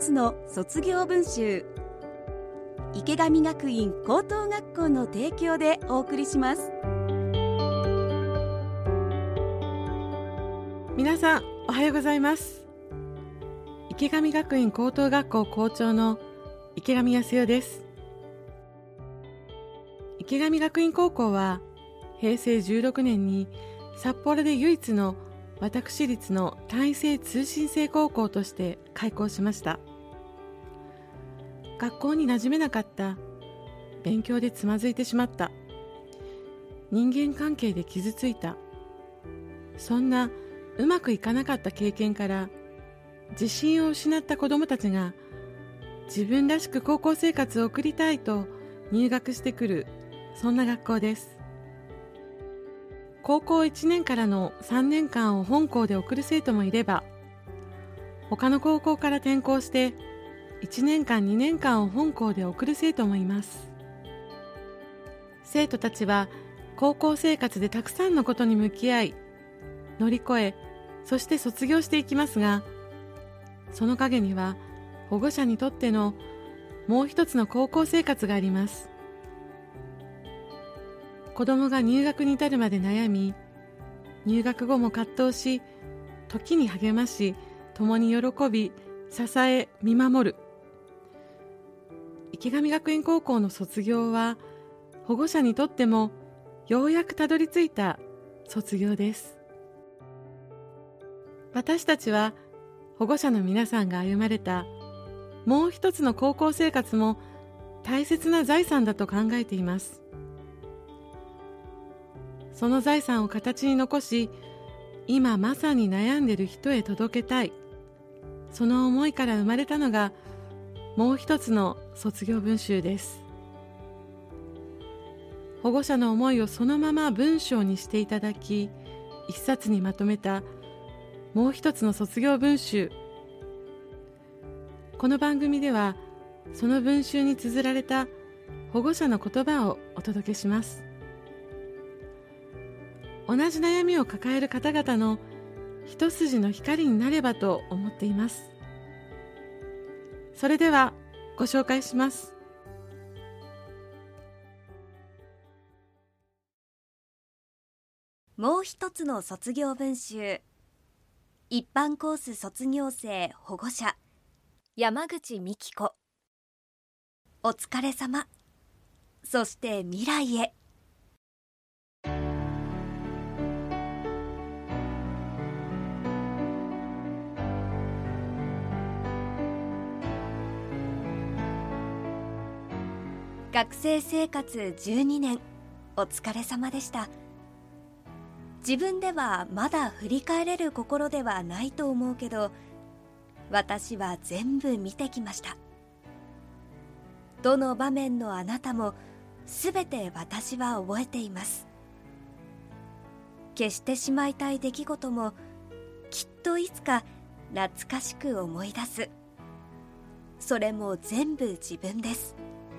つの卒業文集、池上学院高等学校の提供でお送りします。 皆さんおはようございます。池上学院高等学校校長の池上康代です。池上学院高校は平成16年に札幌で唯一の私立の単位制通信制高校として開校しました。学校に馴染めなかった、勉強でつまずいてしまった、人間関係で傷ついた、そんなうまくいかなかった経験から自信を失った子どもたちが自分らしく高校生活を送りたいと入学してくる、そんな学校です。高校1年からの3年間を本校で送る生徒もいれば、他の高校から転校して1年間2年間を本校で送る生徒もいます。生徒たちは高校生活でたくさんのことに向き合い、乗り越え、そして卒業していきますが、その陰には保護者にとってのもう一つの高校生活があります。子供が入学に至るまで悩み、入学後も葛藤し、時に励まし、共に喜び、支え、見守る。池上学院高校の卒業は、保護者にとってもようやくたどり着いた卒業です。私たちは保護者の皆さんが歩まれたもう一つの高校生活も大切な財産だと考えています。その財産を形に残し、今まさに悩んでいる人へ届けたい、その思いから生まれたのがもう一つの卒業文集です。保護者の思いをそのまま文章にしていただき、一冊にまとめたもう一つの卒業文集。この番組ではその文集に綴られた保護者の言葉をお届けします。同じ悩みを抱える方々の一筋の光になればと思っています。それではご紹介します。 もう一つの卒業文集、一般コース卒業生保護者、山口美希子。お疲れ様、そして未来へ。学生生活12年、お疲れ様でした。自分ではまだ振り返れる心ではないと思うけど、私は全部見てきました。どの場面のあなたもすべて私は覚えています。消してしまいたい出来事もきっといつか懐かしく思い出す。それも全部自分です。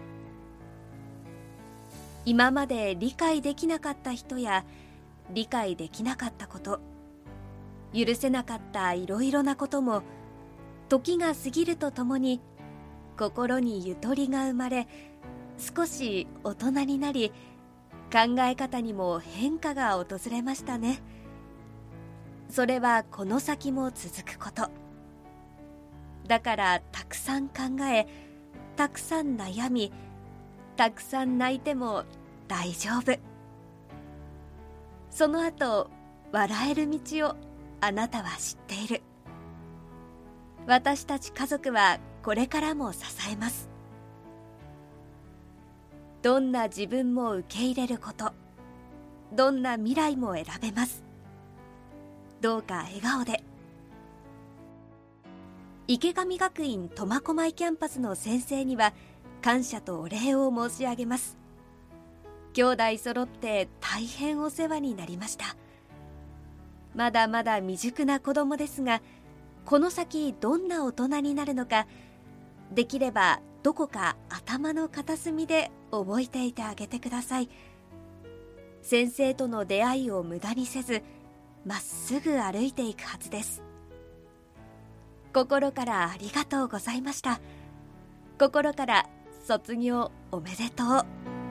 今まで理解できなかった人や理解できなかったこと、許せなかったいろいろなことも、時が過ぎるとともに心にゆとりが生まれ、少し大人になり、考え方にも変化が訪れましたね。それはこの先も続くこと。だからたくさん考え、たくさん悩み、たくさん泣いても大丈夫。その後、笑える道をあなたは知っている。私たち家族はこれからも支えます。どんな自分も受け入れること、どんな未来も選べます。どうか笑顔で。池上学院苫小牧キャンパスの先生には感謝とお礼を申し上げます。兄弟揃って大変お世話になりました。まだまだ未熟な子供ですが、この先どんな大人になるのか、できればどこか頭の片隅で覚えていてあげてください。先生との出会いを無駄にせず、まっすぐ歩いていくはずです。 心からありがとうございました。心から卒業おめでとう。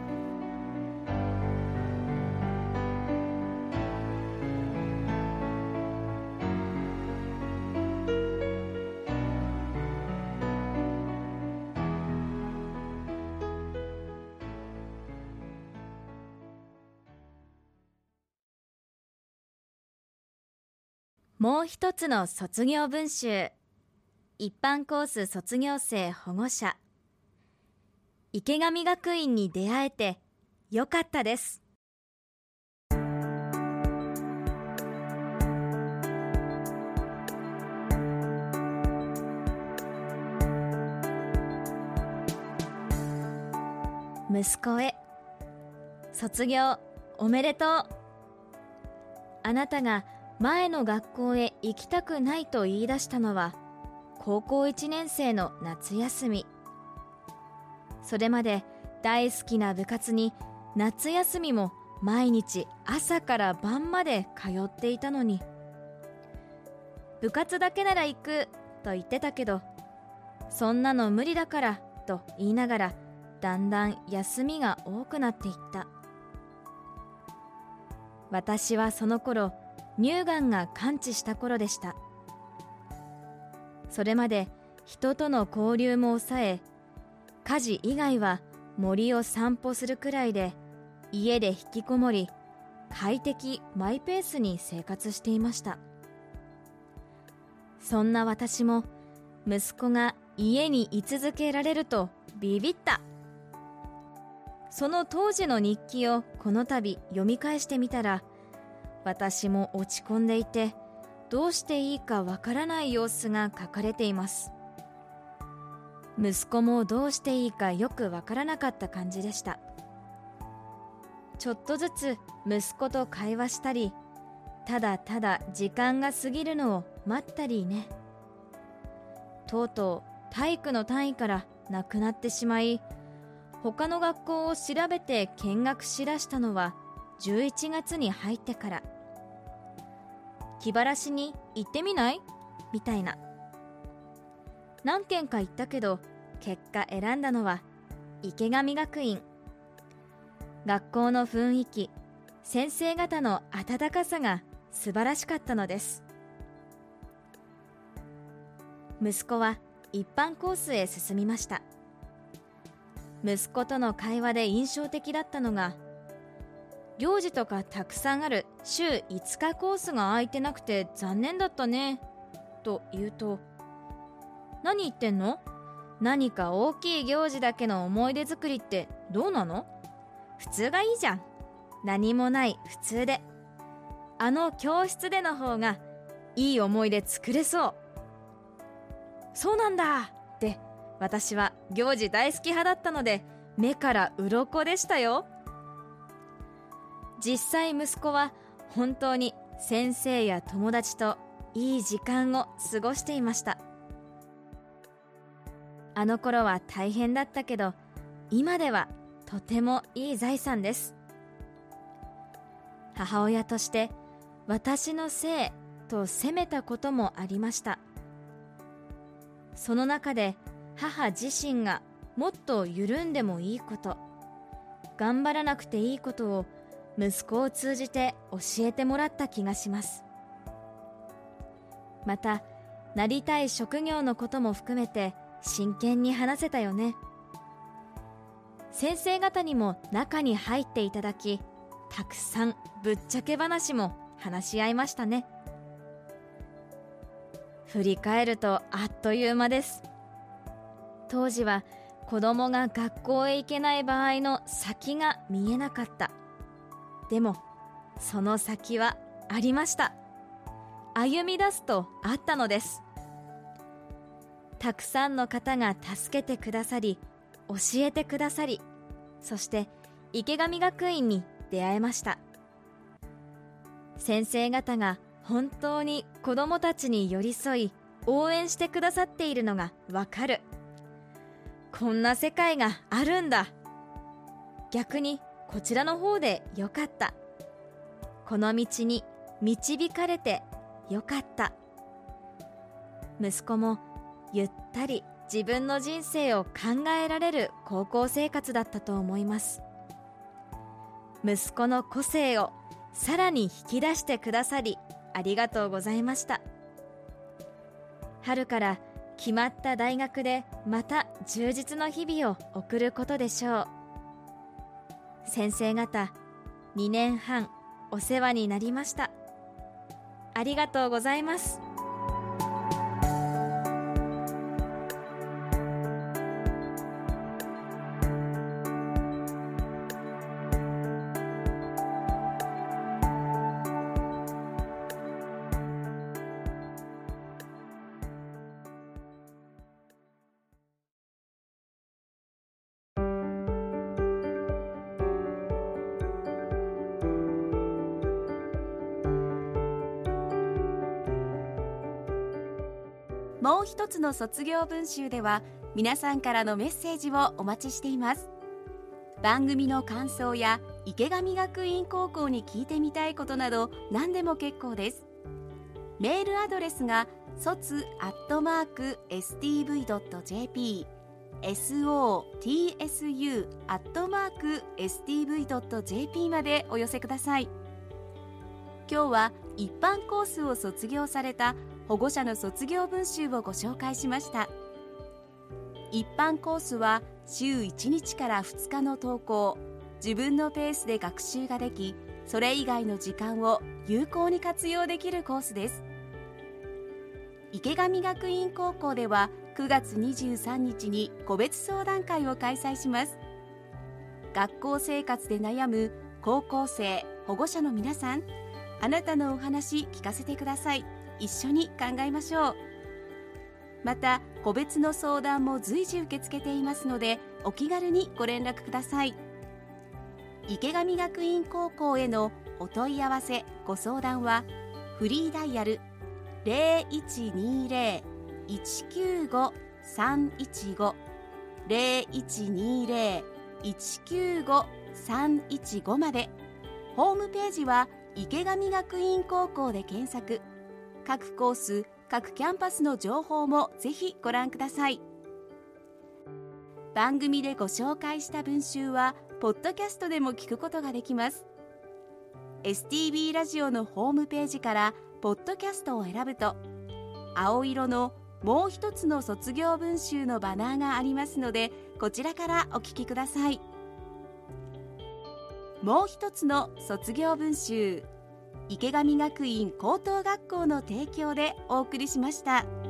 もう一つの卒業文集。一般コース卒業生保護者。池上学院に出会えてよかったです。息子へ、卒業おめでとう。あなたが前の学校へ行きたくないと言い出したのは高校1年生の夏休み。それまで大好きな部活に夏休みも毎日朝から晩まで通っていたのに、部活だけなら行くと言ってたけど、そんなの無理だからと言いながらだんだん休みが多くなっていった。私はその頃乳がんが完治した頃でした。それまで人との交流も抑え、家事以外は森を散歩するくらいで家で引きこもり、快適マイペースに生活していました。そんな私も息子が家に居続けられるとビビった。その当時の日記をこの度読み返してみたら、私も落ち込んでいてどうしていいかわからない様子が書かれています。息子もどうしていいかよくわからなかった感じでした。ちょっとずつ息子と会話したり、ただただ時間が過ぎるのを待ったりね。とうとう体育の単位からなくなってしまい、他の学校を調べて見学しだしたのは11月に入ってから。気晴らしに行ってみないみたいな。何軒か行ったけど結果選んだのは池上学院。学校の雰囲気、先生方の温かさが素晴らしかったのです。息子は一般コースへ進みました。息子との会話で印象的だったのが、行事とかたくさんある週5日コースが空いてなくて残念だったねと言うと、何言ってんの？何か大きい行事だけの思い出作りってどうなの？普通がいいじゃん。何もない普通で、あの教室での方がいい思い出作れそう。そうなんだって、私は行事大好き派だったので目から鱗でしたよ。実際息子は本当に先生や友達といい時間を過ごしていました。あの頃は大変だったけど、今ではとてもいい財産です。母親として私のせいと責めたこともありました。その中で母自身がもっと緩んでもいいこと、頑張らなくていいことを息子を通じて教えてもらった気がします。また、なりたい職業のことも含めて真剣に話せたよね。先生方にも中に入っていただき、たくさんぶっちゃけ話も話し合いましたね。振り返るとあっという間です。当時は子供が学校へ行けない場合の先が見えなかった。でもその先はありました。歩み出すとあったのです。たくさんの方が助けてくださり、教えてくださり、そして池上学院に出会えました。先生方が本当に子どもたちに寄り添い応援してくださっているのがわかる。こんな世界があるんだ。逆にこちらの方でよかった。この道に導かれてよかった。 息子もゆったり自分の人生を考えられる高校生活だったと思います。息子の個性をさらに引き出してくださりありがとうございました。春から決まった大学でまた充実の日々を送ることでしょう。先生方、2年半お世話になりました。ありがとうございます。 もう一つの卒業文集では皆さんからのメッセージをお待ちしています。番組の感想や池上学院高校に聞いてみたいことなど何でも結構です。メールアドレスがsots@stv.jp sotsu@stv.jp までお寄せください。今日は一般コースを卒業された保護者の卒業文集をご紹介しました。一般コースは週1日から2日の登校、自分のペースで学習ができ、それ以外の時間を有効に活用できるコースです。池上学院高校では9月23日に個別相談会を開催します。学校生活で悩む高校生、保護者の皆さん、あなたのお話聞かせてください。一緒に考えましょう。また個別の相談も随時受け付けていますので、お気軽にご連絡ください。池上学院高校へのお問い合わせご相談はフリーダイヤル 0120-195-315 0120-195-315 まで。ホームページは池上学院高校で検索。各コース、各キャンパスの情報もぜひご覧ください。番組でご紹介した文集はポッドキャストでも聞くことができます。 STB ラジオのホームページからポッドキャストを選ぶと、青色のもう一つの卒業文集のバナーがありますので、こちらからお聞きください。もう一つの卒業文集、池上学院高等学校の提供でお送りしました。